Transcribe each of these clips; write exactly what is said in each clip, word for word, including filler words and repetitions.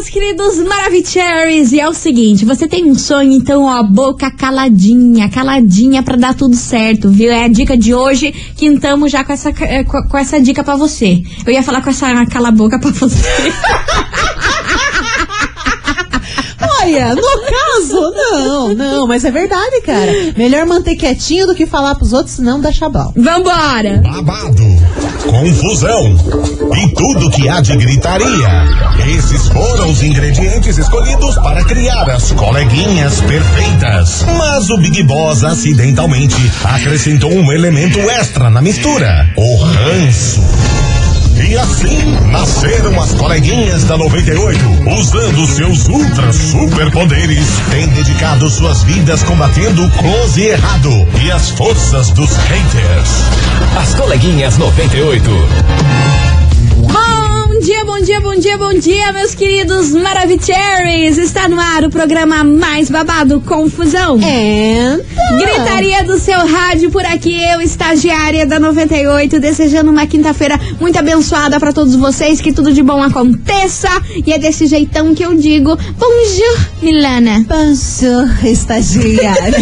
meus queridos Maravicheries. E é o seguinte, você tem um sonho, então, ó, boca caladinha, caladinha pra dar tudo certo, viu? É a dica de hoje, quintamos já com essa, com, com essa dica pra você. Eu ia falar com essa cala boca pra você. Olha, no caso, não, não, mas é verdade, cara. Melhor manter quietinho do que falar pros outros, senão dá chabal. Vambora! Babado, confusão e tudo que há de gritaria. Esses foram os ingredientes escolhidos para criar as coleguinhas perfeitas. Mas o Big Boss acidentalmente acrescentou um elemento extra na mistura: o ranço. E assim nasceram as coleguinhas da noventa e oito, usando seus ultra superpoderes, têm dedicado suas vidas combatendo o close e errado e as forças dos haters. As coleguinhas noventa e oito. Bom dia, bom dia, bom dia, bom dia, meus queridos Maravicheries. Está no ar o programa mais babado, Confusão. And... Gritaria do seu rádio, por aqui eu, estagiária da noventa e oito, desejando uma quinta-feira muito abençoada pra todos vocês, que tudo de bom aconteça. E é desse jeitão que eu digo, bonjour, Milana. Bonjour, estagiária.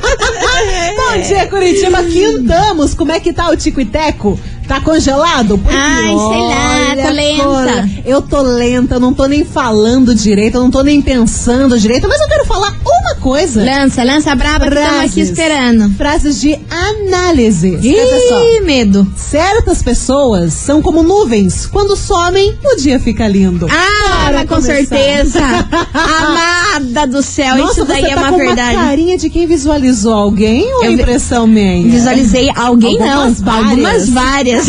Bom dia, Curitiba, quintamos. Como é que tá o Tico e Teco? Tá congelado? Porque, ai, sei lá, tô lenta. Cora, eu tô lenta, eu não tô nem falando direito, eu não tô nem pensando direito, mas eu quero falar uma coisa. Lança, lança braba, que estamos aqui esperando. Frases de análise. Ih, medo. Certas pessoas são como nuvens, quando somem, o dia fica lindo. Ah, mas com começar. Certeza. Amada do céu, nossa, isso daí você é tá uma com verdade. Uma carinha de quem visualizou alguém ou eu impressão minha? Visualizei alguém, algumas não, várias. algumas várias.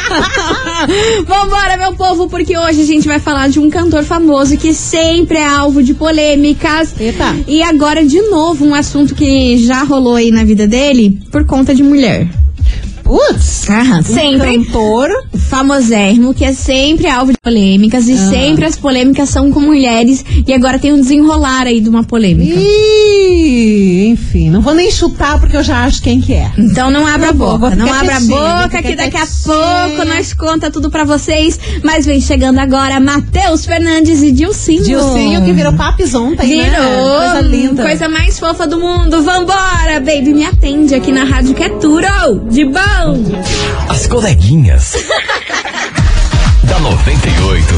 Vambora, meu povo, porque hoje a gente vai falar de um cantor famoso que sempre é alvo de polêmicas. Eita. E agora, de novo, um assunto que já rolou aí na vida dele por conta de mulher. Putz, Aham, um sempre cantor famosérrimo, que é sempre alvo de polêmicas. E ah. sempre as polêmicas são com mulheres. E agora tem um desenrolar aí de uma polêmica. Ih, enfim, não vou nem chutar porque eu já acho quem que é. Então não abra a boca, não abra a boca, que daqui a pouco nós conta tudo pra vocês. Mas vem chegando agora Matheus Fernandes e Dilcinho. Dilcinho que virou papis ontem, virou, né? Coisa linda. Coisa mais fofa do mundo. Vambora, baby, me atende aqui na rádio que é tudo de bom. As coleguinhas da noventa e oito.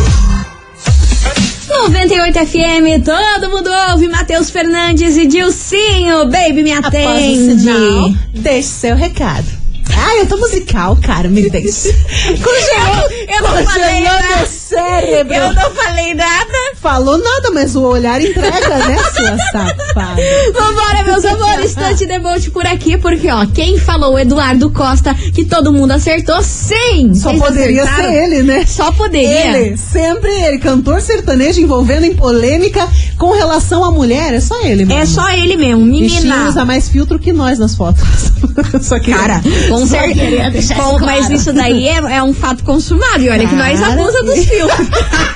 noventa e oito F M, todo mundo ouve. Matheus Fernandes e Dilcinho, baby, me atende. Após o sinal, deixe seu recado. Ah, eu tô musical, cara, me deixa. Congelou, eu não falei nada. Cérebro. Eu não falei nada. Falou nada, mas o olhar entrega, né, sua safada? Vambora, meus amores, Tante Debote por aqui, porque, ó, quem falou Eduardo Costa, que todo mundo acertou, sim. Só Vocês poderia acertaram? ser ele, né? Só poderia. Ele, sempre ele, cantor sertanejo envolvendo em polêmica com relação à mulher, é só ele mesmo. É só ele mesmo, menina. Bichinho usa mais filtro que nós nas fotos. Só que cara, com certeza. Com, mas isso daí é, é um fato consumado. E olha cara, que nós abusa dos filtros.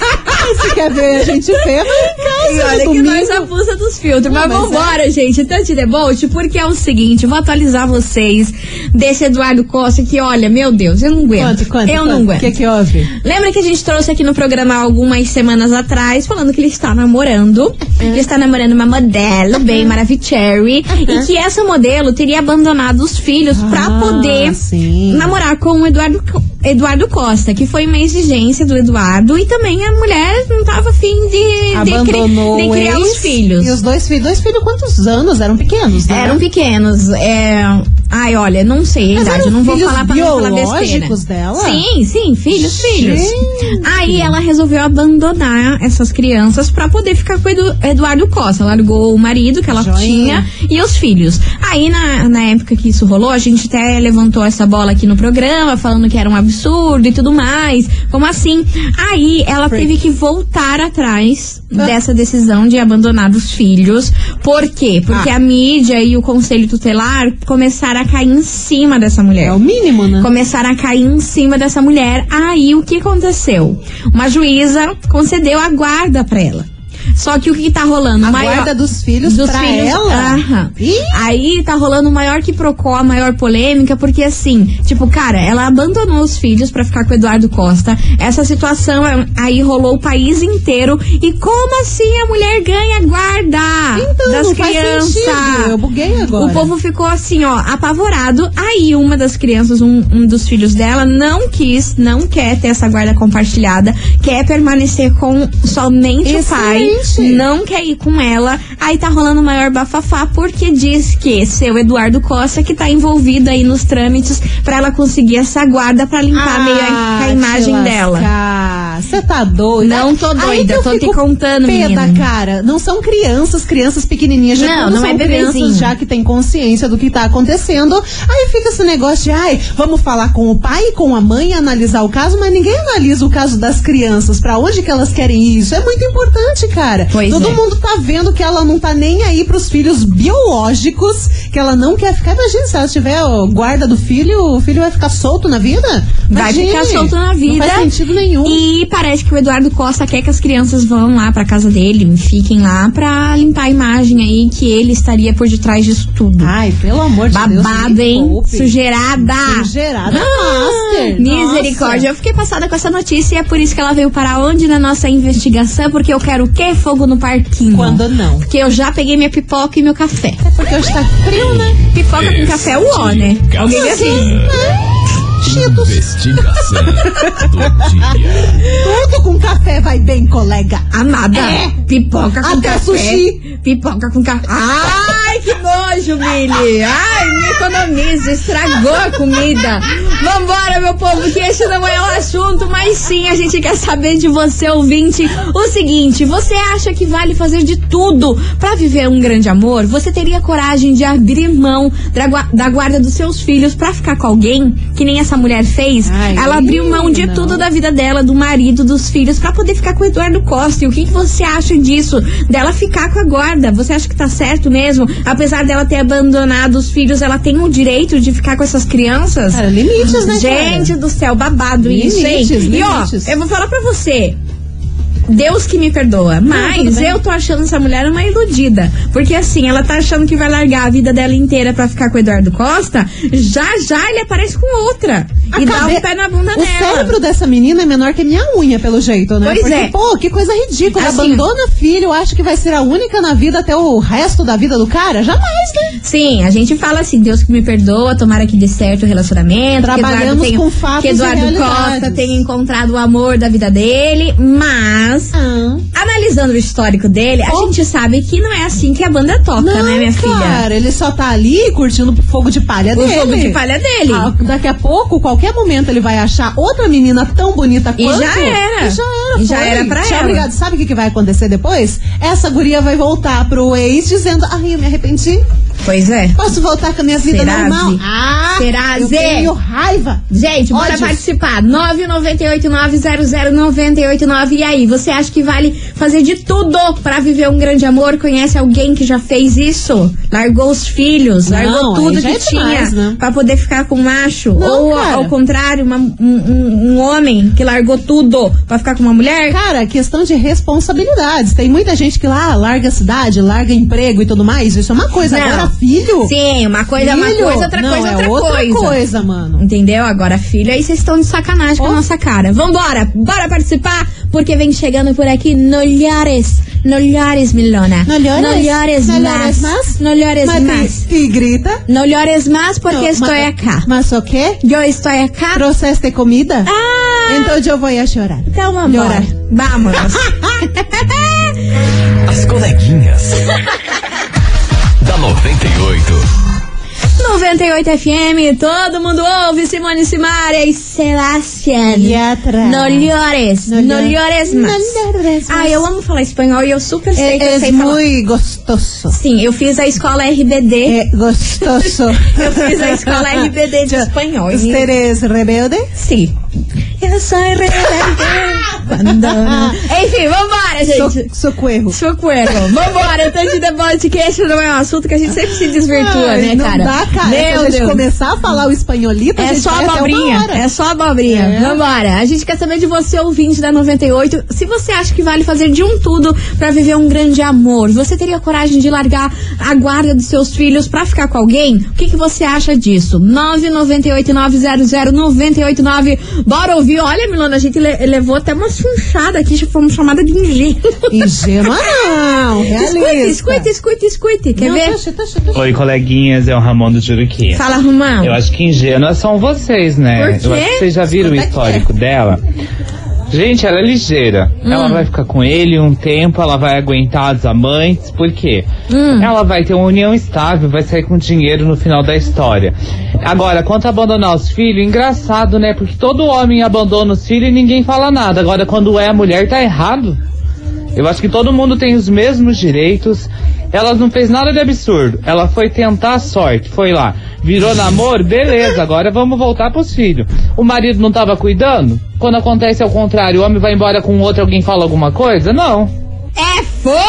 Se quer ver a gente vê, vai em casa. E olha que nós abusa dos filtros. Não, mas, mas vambora, é. gente. Tante Debote, porque é o seguinte, eu vou atualizar vocês desse Eduardo Costa que, olha, meu Deus, eu não aguento. Quanto, quanto, eu quanto? não aguento. O que que houve? Lembra que a gente trouxe aqui no programa algumas semanas atrás, falando que ele está namorando. Uhum. Ele está namorando uma modelo, bem uhum. Maravicherry. Uhum. E que essa modelo teria abandonado os filhos ah, pra poder sim. namorar com o Eduardo, Eduardo Costa, que foi uma exigência do Eduardo. E também a mulher não tava afim de, Abandonou de, cri, de criar ex, os filhos. E os dois filhos, dois filhos quantos anos? Eram pequenos, né? Eram pequenos. É... Ai, olha, não sei a idade, eu não vou falar pra não falar besteira. Dela? Sim, sim, filhos, Gente. filhos. Aí ela resolveu abandonar essas crianças pra poder ficar com o Edu, Eduardo Costa. Largou o marido que ela Joinha. tinha e os filhos. Aí na, na época que isso rolou, a gente até levantou essa bola aqui no programa, falando que era um absurdo e tudo mais. Como assim? Aí ela Free. teve que voltar atrás ah. dessa decisão de abandonar os filhos. Por quê? Porque ah. a mídia e o conselho tutelar começaram a cair em cima dessa mulher. É o mínimo, né? Começaram a cair em cima dessa mulher. Aí o que aconteceu? Uma juíza concedeu a guarda pra ela. Só que o que tá rolando? A maior, guarda dos filhos dos pra filhos, ela? Aham. Ih. Aí tá rolando o maior quiprocó, a maior polêmica, porque assim, tipo, cara, ela abandonou os filhos pra ficar com o Eduardo Costa. Essa situação aí rolou o país inteiro. E como assim a mulher ganha guarda Então, das não faz crianças? sentido. Eu buguei agora. O povo ficou assim, ó, apavorado. Aí uma das crianças, um, um dos filhos dela, não quis, não quer ter essa guarda compartilhada, quer permanecer com somente Excelente. o pai, não quer ir com ela. Aí tá rolando o maior bafafá, porque diz que seu Eduardo Costa que tá envolvido aí nos trâmites pra ela conseguir essa guarda pra limpar ah, meio a, a imagem dela. Você tá doida? Não tô doida, Aí tô eu te fico contando, pé menina. da cara. Não são crianças, crianças pequenininhas. Já Não, quando não são é bebezinho. crianças já que têm consciência do que tá acontecendo. Aí fica esse negócio de, ai, vamos falar com o pai e com a mãe, analisar o caso, mas ninguém analisa o caso das crianças. Pra onde que elas querem ir? Isso é muito importante, cara. Pois Todo é. mundo tá vendo que ela não tá nem aí pros filhos biológicos, que ela não quer ficar. Imagina, se ela tiver ó, guarda do filho, o filho vai ficar solto na vida? Vai Imagine. ficar solto na vida. Não faz sentido nenhum. E parece que o Eduardo Costa quer que as crianças vão lá pra casa dele, fiquem lá pra limpar a imagem aí, que ele estaria por detrás disso tudo. Ai, pelo amor de Deus. Babado, me hein? poupe. Sujeirada. Sujeirada Ah, master. Misericórdia. Nossa. Eu fiquei passada com essa notícia e é por isso que ela veio para onde na nossa investigação, porque eu quero o quê? Fogo no parquinho. Quando não? Porque eu já peguei minha pipoca e meu café. É porque hoje tá frio, né? Pipoca com café é o ó, né? Alguém me avisa. Investigação do dia. Tudo com café vai bem, colega. Amada, É. pipoca com Até café. sushi. Pipoca com café. Ai, que nojo, Billy. Ai, me economiza, estragou a comida. Vambora, meu povo, que esse não é o assunto, mas sim a gente quer saber de você, ouvinte, o seguinte: você acha que vale fazer de tudo pra viver um grande amor? Você teria coragem de abrir mão da, gua- da guarda dos seus filhos pra ficar com alguém? Que nem essa mulher fez? Ai, Ela abriu mão de não. tudo da vida dela, do marido, dos filhos, pra poder ficar com o Eduardo Costa. E o que, que você acha disso? Dela ficar com a guarda? Você acha que tá certo mesmo? Apesar dela ter abandonado os filhos, ela tem o direito de ficar com essas crianças? Cara, limites, né, Gente cara? do céu, babado isso, hein? Limites, E ó, limites. eu vou falar pra você. Deus que me perdoa, mas tudo bem. eu tô achando essa mulher uma iludida. Porque assim, ela tá achando que vai largar a vida dela inteira pra ficar com o Eduardo Costa. Já já ele aparece com outra. A e cabe- dá um pé na bunda O dela. cérebro dessa menina é menor que a minha unha, pelo jeito, né? Pois Porque, é. pô, que coisa ridícula. Assim, Abandona filho, acha que vai ser a única na vida até o resto da vida do cara? Jamais, né? Sim, a gente fala assim, Deus que me perdoa, tomara que dê certo o relacionamento. Trabalhamos que Eduardo tenha, com fatos que e Eduardo realidades. Costa tenha encontrado o amor da vida dele, mas Ah. analisando o histórico dele, a Oh. gente sabe que não é assim que a banda toca, Não, né, minha filha? cara, ele só tá ali curtindo o fogo de palha O dele. fogo de palha dele. Ah, daqui a pouco, qualquer momento, ele vai achar outra menina tão bonita E quanto. já era. E já era, E já foi. era pra Tchau, ela. obrigado. Sabe o que, que vai acontecer depois? Essa guria vai voltar pro ex dizendo, ai, eu me arrependi. Pois é. Posso voltar com a minha vida Será, normal? Zê? Ah, Será, eu Zê? tenho raiva. Gente, bora Ódios. participar. nove nove oito nove zero zero nove oito nove. E aí, você acha que vale fazer de tudo pra viver um grande amor? Conhece alguém que já fez isso? Largou os filhos, Não, largou aí tudo já que é tinha demais, né? pra poder ficar com um macho? Não, Ou cara. ao contrário, uma- um, um- um homem que largou tudo pra ficar com uma mulher? Cara, questão de responsabilidades. Tem muita gente que lá larga a cidade, larga emprego e tudo mais. Isso é uma coisa. Não. Agora, filho. Sim, uma coisa é uma filho, coisa, outra não, coisa é outra, outra coisa. mano. Entendeu? Agora, filho, aí vocês estão de sacanagem com a Oh. nossa cara. Vambora, bora participar, porque vem chegando por aqui Nolhares, Nolhares, Milona. No llores. Nolhares No más. llores más. Nolhares Mas más. tem- que grita. Nolhares más porque No, estou ma- acá. Mas o quê? Eu estou acá. Trouxeste comida? Ah! Então eu vou a chorar. Então vambora. Llorar. Vamos. As coleguinhas. Da noventa e oito. noventa e oito F M, todo mundo ouve, Simone Simaria e Sebastián. E atrás. No llores, no, No llores no más. llores más. Ah, eu amo falar espanhol e eu super sei que eu É, sei é falar. muito gostoso. Sim, eu fiz a escola R B D. É gostoso. Eu fiz a escola R B D de espanhol. Você é rebelde? Sim. Eu sou Enfim, vambora, gente. So, socorro. Socorro. Vambora, tanto de deboche que esse não é um assunto que a gente sempre se desvirtua, Ai, né, não cara? Dá, cara. Meu Se a gente Deus. começar a falar o espanholito, É a gente só vai até uma abobrinha, hora. é só abobrinha. É. Vambora. A gente quer saber de você, ouvinte da noventa e oito, se você acha que vale fazer de um tudo pra viver um grande amor. Você teria coragem de largar a guarda dos seus filhos pra ficar com alguém? O que, que você acha disso? nove nove oito nove zero zero nove oito nove. Bora ouvir. Olha, Milona, a gente le- levou até uma chunchada aqui, fomos chamada de ingênua. Ingênua não, Escute, realista. escute, escute, escute. Quer Não, ver? Tá, tá, tá, tá. Oi, coleguinhas, é o Ramon do Juruquinha. Fala, Romão. Eu acho que ingênuas são vocês, né? Por quê? Eu acho que vocês já viram o Quanto é que histórico dela. Gente, ela é ligeira. Hum. Ela vai ficar com ele um tempo, ela vai aguentar as amantes. Por quê? Hum. Ela vai ter uma união estável, vai sair com dinheiro no final da história. Agora, quanto a abandonar os filhos, engraçado, né? Porque todo homem abandona os filhos e ninguém fala nada. Agora, quando é a mulher, tá errado. Eu acho que todo mundo tem os mesmos direitos. Ela não fez nada de absurdo. Ela foi tentar a sorte. Foi lá. Virou namoro? Beleza, agora vamos voltar pros filhos. O marido não tava cuidando? Quando acontece ao contrário, o homem vai embora com outro, alguém fala alguma coisa? Não. É fogo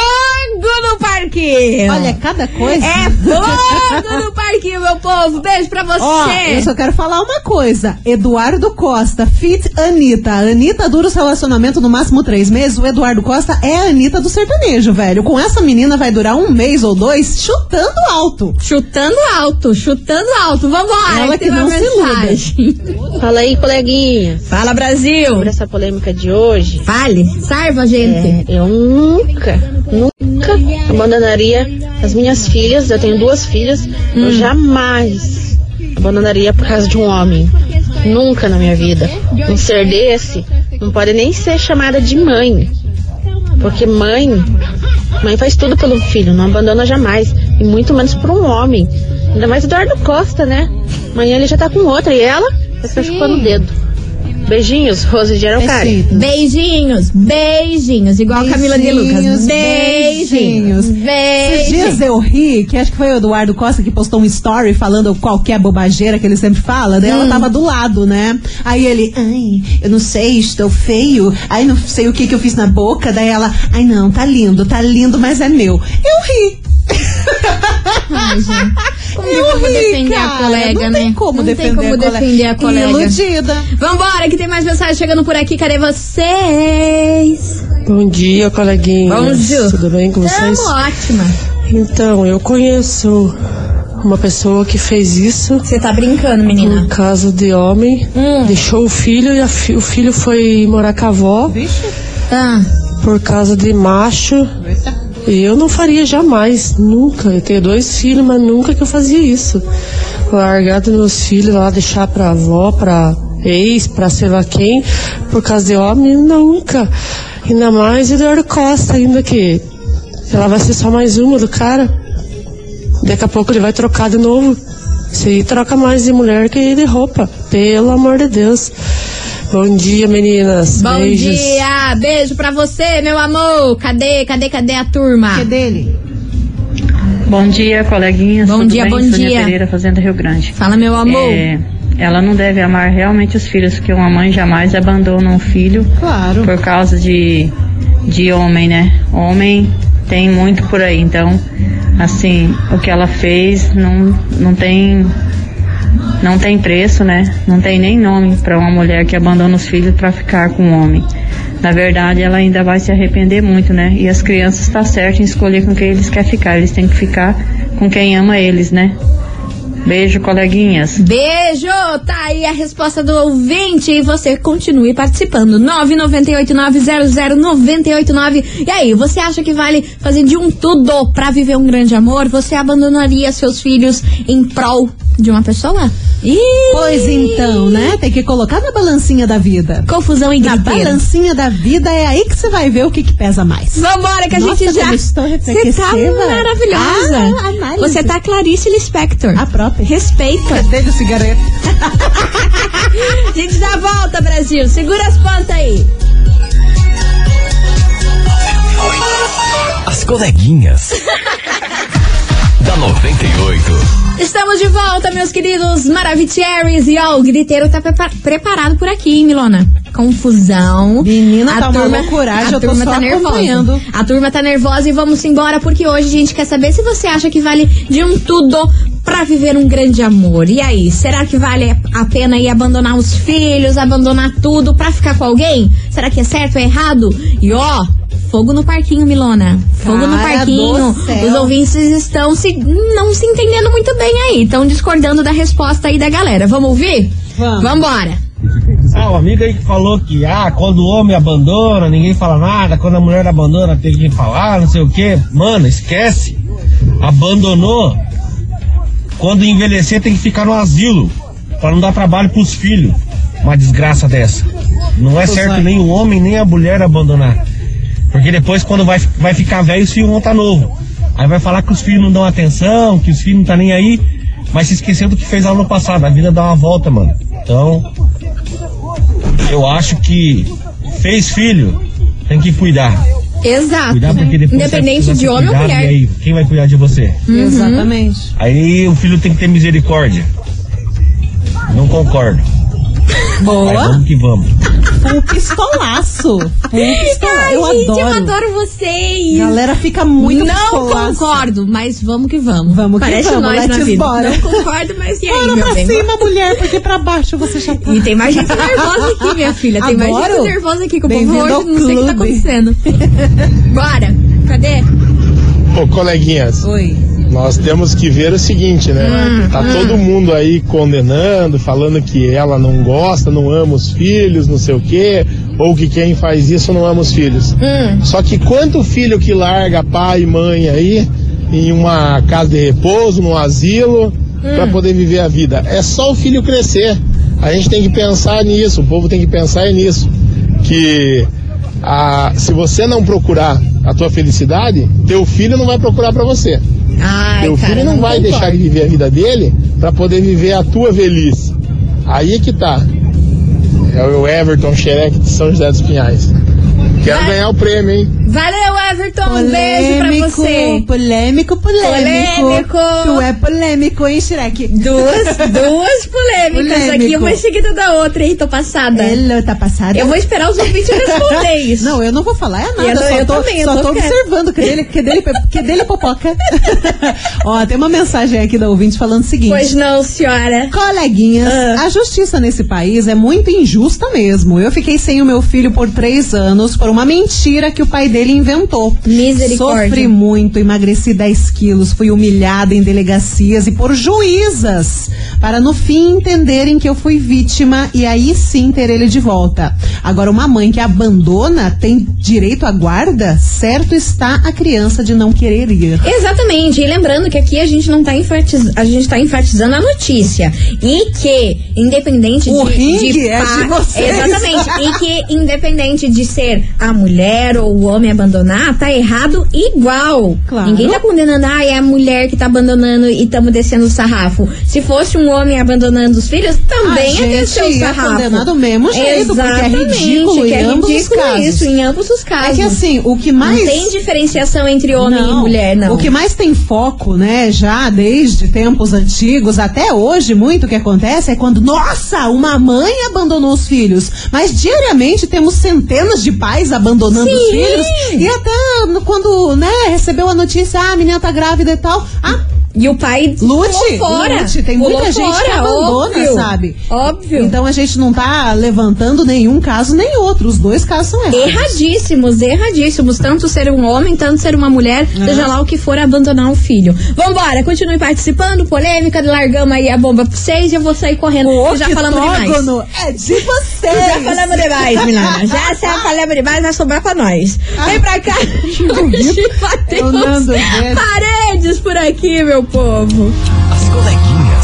no parquinho! Olha, cada coisa. É fogo no parquinho, meu povo! Beijo pra você! Ó, eu só quero falar uma coisa. Eduardo Costa, fit Anitta. A Anitta dura os relacionamentos no máximo três meses. O Eduardo Costa é a Anitta do sertanejo, velho. Com essa menina vai durar um mês ou dois chutando alto. Chutando alto, chutando alto. Vambora! Ela tem que uma não se mensagem. Fala aí, coleguinha. Fala, Brasil! Sobre essa polêmica de hoje, Fale, sarva a gente. é, eu nunca, nunca abandonaria as minhas filhas. Eu tenho duas filhas. Eu jamais abandonaria por causa de um homem. Nunca na minha vida. Um ser desse não pode nem ser chamada de mãe. Porque mãe, mãe faz tudo pelo filho, não abandona jamais. E muito menos por um homem. Ainda mais Eduardo Costa, né? Amanhã ele já tá com outra e ela vai ficar chupando o dedo. Beijinhos, Rose de Araucária. Beijinhos, beijinhos, igual a Camila de Lucas. Beijinhos. Beijinhos, Esses dias beijinhos. eu ri, que acho que foi o Eduardo Costa que postou um story falando qualquer bobageira que ele sempre fala, daí ela Hum. tava do lado, né? Aí ele, ai, eu não sei, estou feio, ai, não sei o que que eu fiz na boca, daí ela, ai não, tá lindo, tá lindo, mas é meu. Eu ri. Ai, gente. Como Eu como ri, defender cara. a colega, não né? tem como não defender, tem como a colega. defender a colega. Iludida. Vambora, que tem mais mensagem chegando por aqui. Cadê vocês? Bom dia, coleguinhas. Bom dia. Tudo bem com vocês? Tamo ótima. Então, eu conheço uma pessoa que fez isso Você tá brincando, menina? por causa de homem. Hum. Deixou o filho e a fi- o filho foi morar com a avó Ah, por causa de macho. E eu não faria jamais, nunca. Eu tenho dois filhos, mas nunca que eu fazia isso. Largar dos meus filhos lá, deixar pra avó, pra ex, pra sei lá quem, por causa de homem, nunca. Ainda mais Eduardo Costa, ainda que ela vai ser só mais uma do cara. Daqui a pouco ele vai trocar de novo. Isso aí troca mais de mulher que de roupa. Pelo amor de Deus. Bom dia, meninas. bom Beijos. dia. Beijo pra você, meu amor. Cadê, cadê, cadê a turma? Que é dele? Bom dia, coleguinhas. Bom Tudo dia, bem? bom Sônia dia. Pereira, Fazenda Rio Grande. Fala, meu amor. É, ela não deve amar realmente os filhos, porque uma mãe jamais abandona um filho Claro. por causa de, de homem, né? Homem tem muito por aí, então, assim, o que ela fez não, não tem não tem preço, né? Não tem nem nome para uma mulher que abandona os filhos para ficar com um homem. Na verdade, ela ainda vai se arrepender muito, né? E as crianças estão certas em escolher com quem eles querem ficar. Eles têm que ficar com quem ama eles, né? Beijo, coleguinhas. Beijo! Tá aí a resposta do ouvinte e você continue participando. nove nove oito nove zero zero nove oito nove. E aí, você acha que vale fazer de um tudo pra viver um grande amor? Você abandonaria seus filhos em prol de uma pessoa? Ih, Pois então, né? Tem que colocar na balancinha da vida. confusão e Na griteira. balancinha da vida é aí que você vai ver o que, que pesa mais. Vambora, que a Nossa, gente já. como estou Você tá reflexiva. maravilhosa. Ah, análise. Você tá Clarice Lispector. A própria. Respeita. Cadê o cigareta? A gente já volta, Brasil. Segura as pontas aí. As coleguinhas. Da noventa e oito. Estamos de volta, meus queridos Maravicheries. E ó, o griteiro tá prepa- preparado por aqui, hein, Milona? Confusão. Menina, a tá turma, uma loucuragem, a eu tô turma só tá nervosa. acompanhando. A turma tá nervosa e vamos embora, porque hoje a gente quer saber se você acha que vale de um tudo pra viver um grande amor. E aí, será que vale a pena ir abandonar os filhos, abandonar tudo pra ficar com alguém? Será que é certo ou é errado? E ó, fogo no parquinho, Milona. Fogo Cara no parquinho. Os ouvintes estão se, não se entendendo muito bem aí. Estão discordando da resposta aí da galera. Vamos ouvir? Vamos. Vambora. Ah, o amigo aí que falou que ah, quando o homem abandona, ninguém fala nada. Quando a mulher abandona, tem que falar, não sei o quê. Mano, esquece. Abandonou. Quando envelhecer, tem que ficar no asilo. Pra não dar trabalho pros filhos. Uma desgraça dessa. Não é certo nem o homem, nem a mulher abandonar. Porque depois, quando vai, vai ficar velho, os filhos vão estar novos. Aí vai falar que os filhos não dão atenção, que os filhos não tá nem aí, mas se esqueceu do que fez lá no passado. A vida dá uma volta, mano. Então, eu acho que fez filho, tem que cuidar. Exato. Cuidar porque depois independente de homem ou cuidado, mulher. E aí, quem vai cuidar de você? Uhum. Exatamente. Aí o filho tem que ter misericórdia. Não concordo. Boa. Mas vamos que vamos. Um pistolaço. Um pistolaço. Ai, eu gente, adoro. eu adoro vocês. Galera fica muito Não pistolaço. concordo, mas vamos que vamos. Vamos que Parece vamos, nós na let's vida. bora. Não concordo, mas e aí, Bora meu pra bem? cima, mulher, porque pra baixo você já tá. E tem mais gente nervosa aqui, minha filha. Tem mais Adoro. gente nervosa aqui, que o povo Bem-vindo hoje ao não sei o que tá clube. acontecendo. Bora. Cadê? Ô, coleguinhas, Oi. nós temos que ver o seguinte, né? Hum, tá hum. todo mundo aí condenando, falando que ela não gosta, não ama os filhos, não sei o quê, ou que quem faz isso não ama os filhos. Hum. Só que quanto filho que larga pai e mãe aí em uma casa de repouso, num asilo, Hum. pra poder viver a vida? É só o filho crescer. A gente tem que pensar nisso, o povo tem que pensar nisso. Que a, se você não procurar a tua felicidade, teu filho não vai procurar pra você. Ai, Teu cara, filho não, não vai concordo. deixar de viver a vida dele pra poder viver a tua velhice. Aí é que tá. É o Everton Xereque de São José dos Pinhais. Quero Vai. ganhar o prêmio, hein? Valeu, Everton. Um beijo pra você. Polêmico, polêmico. Polêmico. Tu é polêmico, hein, Shrek? Duas, duas polêmicas Polêmico. aqui, uma seguida da outra, hein? Tô passada. Ela tá passada. Eu vou esperar os ouvintes responder isso. Não, eu não vou falar é nada. Eu não- só eu tô, também, eu só tô tô quieta. observando que dele, que dele, que dele popoca. Ó, tem uma mensagem aqui da ouvinte falando o seguinte. Pois não, senhora. Coleguinhas, Ah. a justiça nesse país é muito injusta mesmo. Eu fiquei sem o meu filho por três anos por uma mentira que o pai dele inventou. Misericórdia. Sofri muito, emagreci dez quilos, fui humilhada em delegacias e por juízas, para no fim entenderem que eu fui vítima e aí sim ter ele de volta. Agora, uma mãe que abandona tem direito à guarda? Certo está a criança de não querer ir. Exatamente, e lembrando que aqui a gente não tá enfatizando, a gente tá enfatizando a notícia. E que, independente O de, ringue de é de vocês. Exatamente. E que, independente de ser a mulher ou o homem abandonar, tá errado igual. Claro. Ninguém tá condenando, ah, é a mulher que tá abandonando e tamo descendo o sarrafo. Se fosse um homem abandonando os filhos, também A ia descer o gente ia sarrafo. condenar do mesmo jeito, porque é Exatamente, ridículo que é em ambos os ridículo casos. isso, em ambos os casos. É que assim, o que mais... Não tem diferenciação entre homem Não. e mulher, não. O que mais tem foco, né, já desde tempos antigos até hoje, muito o que acontece é quando, nossa, uma mãe abandonou os filhos. Mas diariamente temos centenas de pais abandonando Sim. os filhos. E até no- quando, né, recebeu a notícia, ah, a menina tá grávida e tal. Ah, E o pai lute, pulou fora. lute. Tem Pulou muita gente fora, que abandona, óbvio, sabe? Óbvio. Então a gente não tá levantando nenhum caso nem outro. Os dois casos são errados. Erradíssimos, erradíssimos. Tanto ser um homem, tanto ser uma mulher, É. seja lá o que for, abandonar um filho. Vambora, continue participando. Polêmica, largamos aí a bomba pra vocês e eu vou sair correndo. O já falamos demais. octógono é de vocês. Já falamos demais, Milana. Já se falamos demais, vai sobrar pra nós. Vem pra cá. Hoje É o Nando batemos Verde. paredes por aqui, meu povo. As coleguinhas.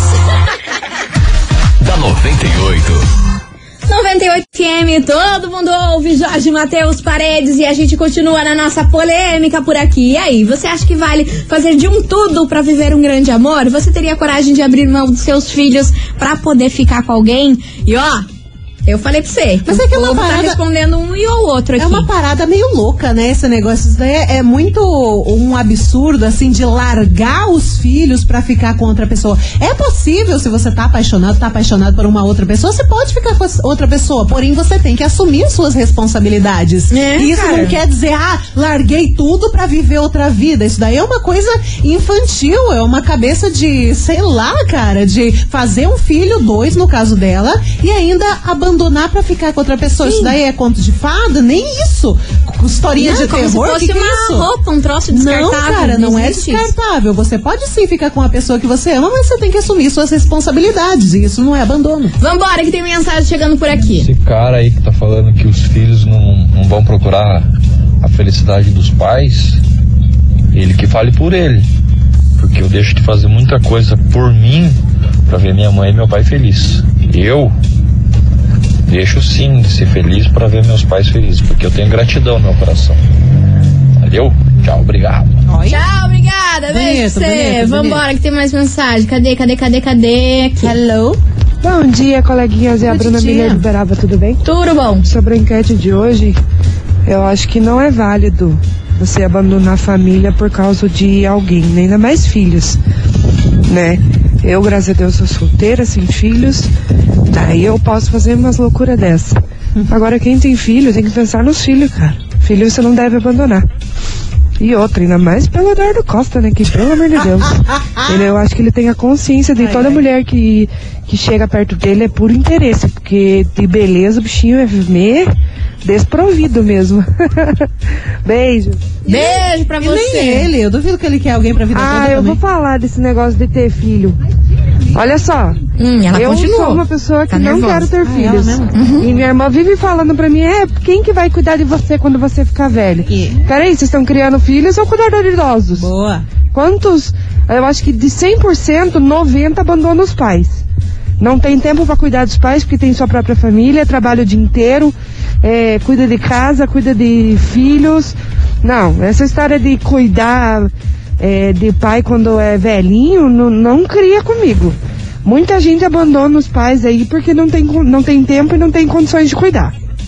Da noventa e oito. noventa e oito F M, todo mundo ouve Jorge Mateus Paredes e a gente continua na nossa polêmica por aqui. E aí, você acha que vale fazer de um tudo pra viver um grande amor? Você teria coragem de abrir mão dos seus filhos pra poder ficar com alguém? E ó, Eu falei pra você. Mas o é que é uma povo parada... tá respondendo um e o outro aqui. É uma parada meio louca, né? Esse negócio. Isso daí é, é muito um absurdo, assim, de largar os filhos pra ficar com outra pessoa. É possível, se você tá apaixonado, tá apaixonado por uma outra pessoa, você pode ficar com outra pessoa, porém você tem que assumir suas responsabilidades. É, e isso cara. Não quer dizer, ah, larguei tudo pra viver outra vida. Isso daí é uma coisa infantil, é uma cabeça de, sei lá, cara, de fazer um filho, dois no caso dela, e ainda abandonar pra ficar com outra pessoa. Sim. Isso daí é conto de fada? Nem isso. Historinha não, de como terror? Se fosse que que uma é isso? roupa, um troço descartável. Não, cara, não, não é descartável. Isso. Você pode sim ficar com a pessoa que você ama, mas você tem que assumir suas responsabilidades. E isso não é abandono. Vambora, que tem mensagem chegando por aqui. Esse cara aí que tá falando que os filhos não, não vão procurar a felicidade dos pais, ele que fale por ele. Porque eu deixo de fazer muita coisa por mim pra ver minha mãe e meu pai felizes. Eu deixo sim de ser feliz pra ver meus pais felizes, porque eu tenho gratidão no meu coração. Valeu? Tchau, obrigado. Oi? Tchau, obrigada. Beijo pra você. Vambora, que tem mais mensagem. Cadê, cadê, cadê, cadê? Aqui. Hello. Bom dia, coleguinhas. É a Bruna Miller de Uberaba, tudo bem? Tudo bom. Sobre a enquete de hoje, eu acho que não é válido você abandonar a família por causa de alguém, nem ainda mais filhos, né? Eu, graças a Deus, sou solteira, sem filhos, daí eu posso fazer umas loucuras dessa. Agora, quem tem filho, tem que pensar nos filhos, cara. Filho você não deve abandonar. E outra, ainda mais pelo Eduardo Costa, né? Que, pelo amor de Deus. Ele, eu acho que ele tem a consciência de ai, toda ai. mulher que, que chega perto dele é por interesse, porque de beleza o bichinho é meio desprovido mesmo. Beijo. Beijo pra e você. Nem ele, eu duvido que ele quer alguém pra vida ah, toda Ah, eu também. vou falar desse negócio de ter filho. Olha só, hum, ela eu continuou. sou uma pessoa que tá não nervosa. quero ter ah, filhos. Uhum. E minha irmã vive falando pra mim, é, quem que vai cuidar de você quando você ficar velho? Yeah. Peraí, vocês estão criando filhos ou cuidar de idosos? Boa. Quantos, eu acho que de cem por cento, noventa por cento abandonam os pais. Não tem tempo pra cuidar dos pais porque tem sua própria família, trabalha o dia inteiro, é, cuida de casa, cuida de filhos. Não, essa história de cuidar é, de pai quando é velhinho, não, não cria comigo. Muita gente abandona os pais aí porque não tem, não tem tempo e não tem condições de cuidar.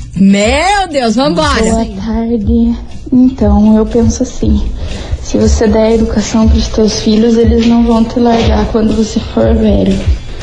Meu Deus, vambora. Boa tarde. Então, eu penso assim, se você der educação para os teus filhos, eles não vão te largar quando você for velho.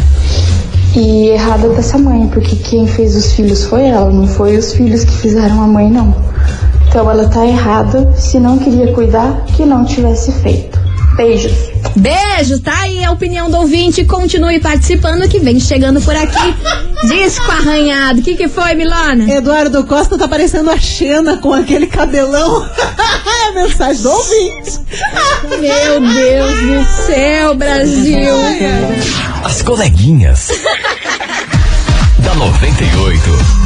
E errada dessa mãe, porque quem fez os filhos foi ela, não foi os filhos que fizeram a mãe, não. Então ela tá errada, se não queria cuidar, que não tivesse feito. Beijos. Beijo, tá aí a opinião do ouvinte. Continue participando que vem chegando por aqui. Disco arranhado. O que que foi, Milona? Eduardo Costa tá parecendo a Xena com aquele cabelão. É a mensagem do ouvinte. Meu Deus do céu, Brasil. As coleguinhas da noventa e oito.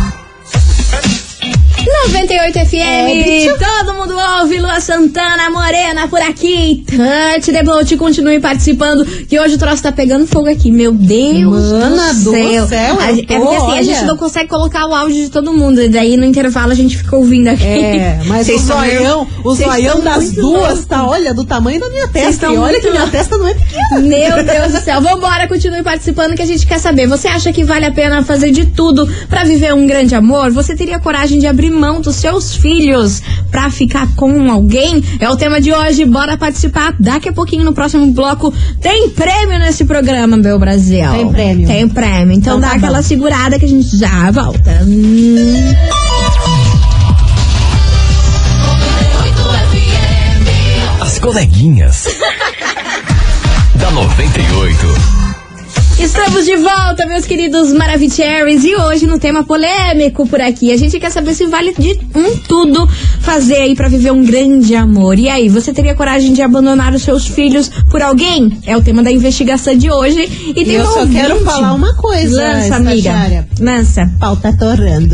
noventa e oito F M, é, todo mundo ouve, Lua Santana, Morena por aqui, Touch the Boat, continue participando, que hoje o troço tá pegando fogo aqui, meu Deus Mana do céu. Do céu a, é porque assim, olha. a gente não consegue colocar o áudio de todo mundo, e daí no intervalo a gente fica ouvindo aqui. É, mas o zoião, o zoião das duas loucos. Tá, olha, do tamanho da minha testa, e olha que minha testa não é pequena. Meu Deus do céu, vambora, continue participando que a gente quer saber, você acha que vale a pena fazer de tudo pra viver um grande amor? Você teria coragem de abrir mão dos seus filhos pra ficar com alguém? É o tema de hoje, bora participar. Daqui a pouquinho no próximo bloco tem prêmio nesse programa, meu Brasil. Tem prêmio. Tem prêmio, então, então dá tá aquela bom. segurada que a gente já volta. Hum. As coleguinhas da noventa e oito. Estamos de volta, meus queridos Maravicheries, e hoje no tema polêmico por aqui. A gente quer saber se vale de um tudo fazer aí pra viver um grande amor. E aí, você teria coragem de abandonar os seus filhos por alguém? É o tema da investigação de hoje. E tem eu um só ouvinte. quero falar uma coisa. Lança, amiga. Lança. Pau tá torrando.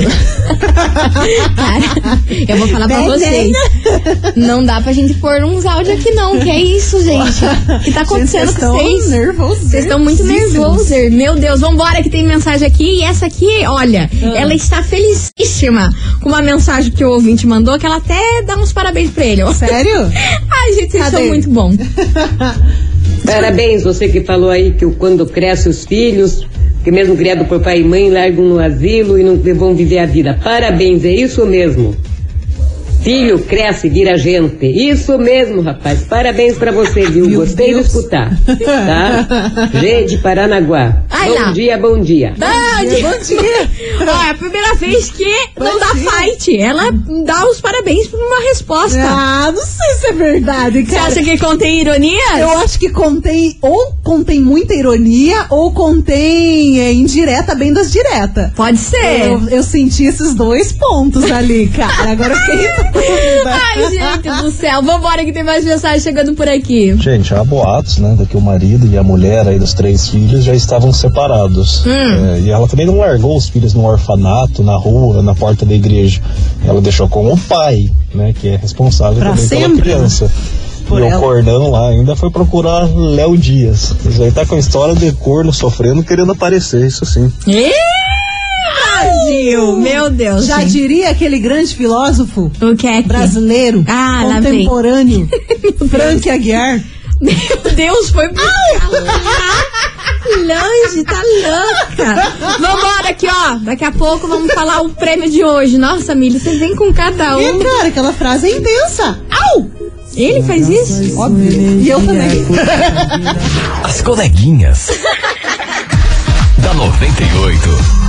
Cara, eu vou falar pra Bem, vocês. Não dá pra gente pôr uns áudios aqui não. Que é isso, gente? O que tá acontecendo gente, com vocês? Vocês estão muito nervosos. Meu Deus, vambora que tem mensagem aqui. E essa aqui, olha, ah. ela está felicíssima com uma mensagem que o ouvinte mandou, que ela até dá uns parabéns pra ele. Sério? Ai, gente, vocês são muito bons. Parabéns, você que falou aí que quando cresce os filhos, que mesmo criado por pai e mãe, largam no asilo e não vão viver a vida. Parabéns, é isso mesmo. Filho cresce, vira gente. Isso mesmo, rapaz. Parabéns pra você, viu? Meu Gostei Deus. de escutar. Tá? G de Paranaguá. Ai, bom não. dia, bom dia. Bom dia, bom dia. Ó, é a primeira vez que bom não dá dia. fight. Ela dá os parabéns por uma resposta. Ah, não sei se é verdade, cara. Você acha que contém ironia? Eu acho que contém, ou contém muita ironia, ou contém é, indireta bem das diretas. Pode ser. Eu, eu senti esses dois pontos ali, cara. Agora eu fiquei... Ai, gente do céu, vambora que tem mais mensagem chegando por aqui. Gente, há boatos, né, de que o marido e a mulher aí dos três filhos já estavam separados. Hum. É, e ela também não largou os filhos no orfanato, na rua, na porta da igreja. Ela deixou com o pai, né, que é responsável pra também sempre, pela criança. Por e ela. O cordão lá ainda foi procurar Léo Dias. Isso aí tá com a história de corno sofrendo, querendo aparecer, isso sim. E? Brasil, meu Deus. Já gente. diria aquele grande filósofo o que é que? brasileiro, ah, contemporâneo, Frank Aguiar. Meu Deus, foi muito longe, tá louca. Vambora aqui, ó. Daqui a pouco vamos falar o prêmio de hoje. Nossa, Milly, você vem com cada um. E, cara, aquela frase é intensa. Au! Ele faz isso? Óbvio. E eu também. As coleguinhas da noventa e oito.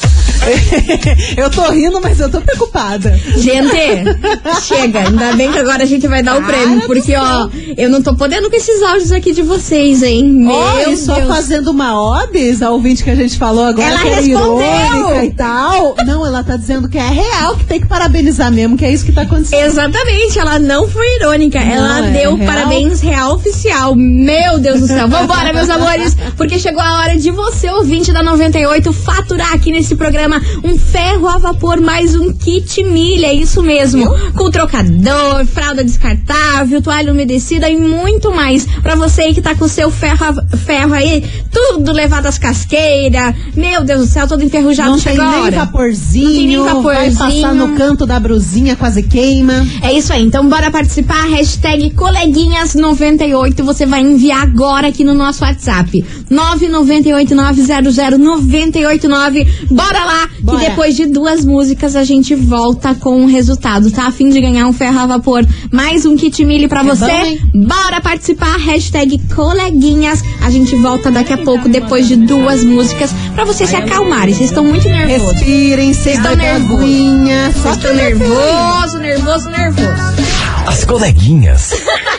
Eu tô rindo, mas eu tô preocupada. Gente, chega. Ainda bem que agora a gente vai dar Cara o prêmio. Porque, ó, eu não tô podendo com esses áudios aqui de vocês, hein? Meu oh, Deus. E só fazendo uma obis, a ouvinte que a gente falou agora, ela que é irônica e tal. Não, ela tá dizendo que é real, que tem que parabenizar mesmo, que é isso que tá acontecendo. Exatamente, ela não foi irônica. Não, ela é deu real. Parabéns real oficial. Meu Deus do céu. Vambora, meus amores, porque chegou a hora de você, ouvinte da noventa e oito, faturar aqui nesse programa um ferro a vapor mais um kit milha, é isso mesmo. Eu? Com trocador, fralda descartável, toalha umedecida e muito mais. Pra você aí que tá com o seu ferro, ferro aí, tudo levado às casqueiras. Meu Deus do céu, todo enferrujado. Não tem nem vaporzinho. Não tem nem vaporzinho. Vai passar no canto da brusinha, quase queima. É isso aí, então bora participar. Hashtag coleguinhas noventa e oito. Você vai enviar agora aqui no nosso WhatsApp. nove nove oito nove zero zero nove oito nove. Bora lá! Bora. Que depois de duas músicas a gente volta com o resultado. Tá a fim de ganhar um ferro a vapor, mais um kit milho pra é você? Bom, bora participar, hashtag coleguinhas. A gente volta daqui a pouco depois de duas músicas pra vocês se acalmarem. Vocês estão muito nervosos. Respirem, vocês estão nervosos. Vocês estão nervoso, nervoso, nervoso. As coleguinhas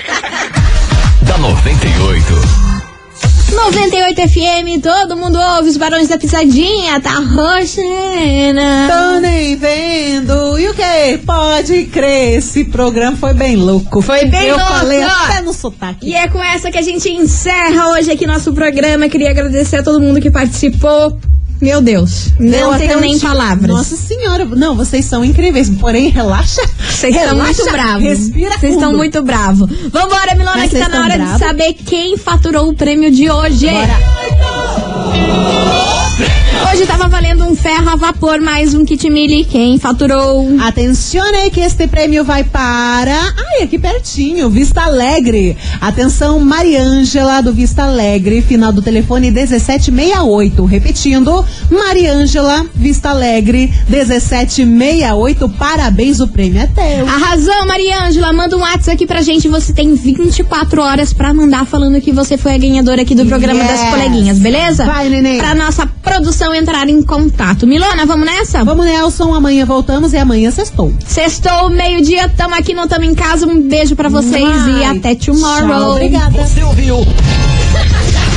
da noventa e oito. noventa e oito F M, todo mundo ouve os Barões da Pisadinha, tá roxena. Tô nem vendo. E o que? Pode crer, esse programa foi bem louco. Foi bem Eu louco. Eu falei até no sotaque. E é com essa que a gente encerra hoje aqui nosso programa. Queria agradecer a todo mundo que participou. Meu Deus, não eu tenho nem te... palavras. Nossa senhora, não, vocês são incríveis, porém, relaxa. Vocês estão muito bravos. Respira Vocês estão muito bravos. Vambora, Milona, Mas que tá na hora bravos? de saber quem faturou o prêmio de hoje. Bora. Hoje tava valendo um ferro a vapor mais um kit milho. Quem faturou? Atencione que este prêmio vai para... Ai, aqui pertinho, Vista Alegre. Atenção, Mariângela do Vista Alegre, final do telefone dezessete sessenta e oito. Repetindo, Mariângela, Vista Alegre, dezessete sessenta e oito. Parabéns, o prêmio é teu. Arrasou, Mariângela. Manda um WhatsApp aqui pra gente. Você tem vinte e quatro horas pra mandar falando que você foi a ganhadora aqui do programa yes. das coleguinhas, beleza? Vai, neném. Pra nossa produção entrar em contato. Milona, vamos nessa? Vamos, Nelson. Amanhã voltamos e amanhã sextou. Sextou, meio-dia. Tamo aqui, não tamo em casa. Um beijo pra vocês Ai, e até tomorrow. Tchau, obrigada. Você ouviu?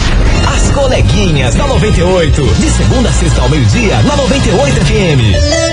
As coleguinhas da noventa e oito. De segunda a sexta ao meio-dia, na noventa e oito F M.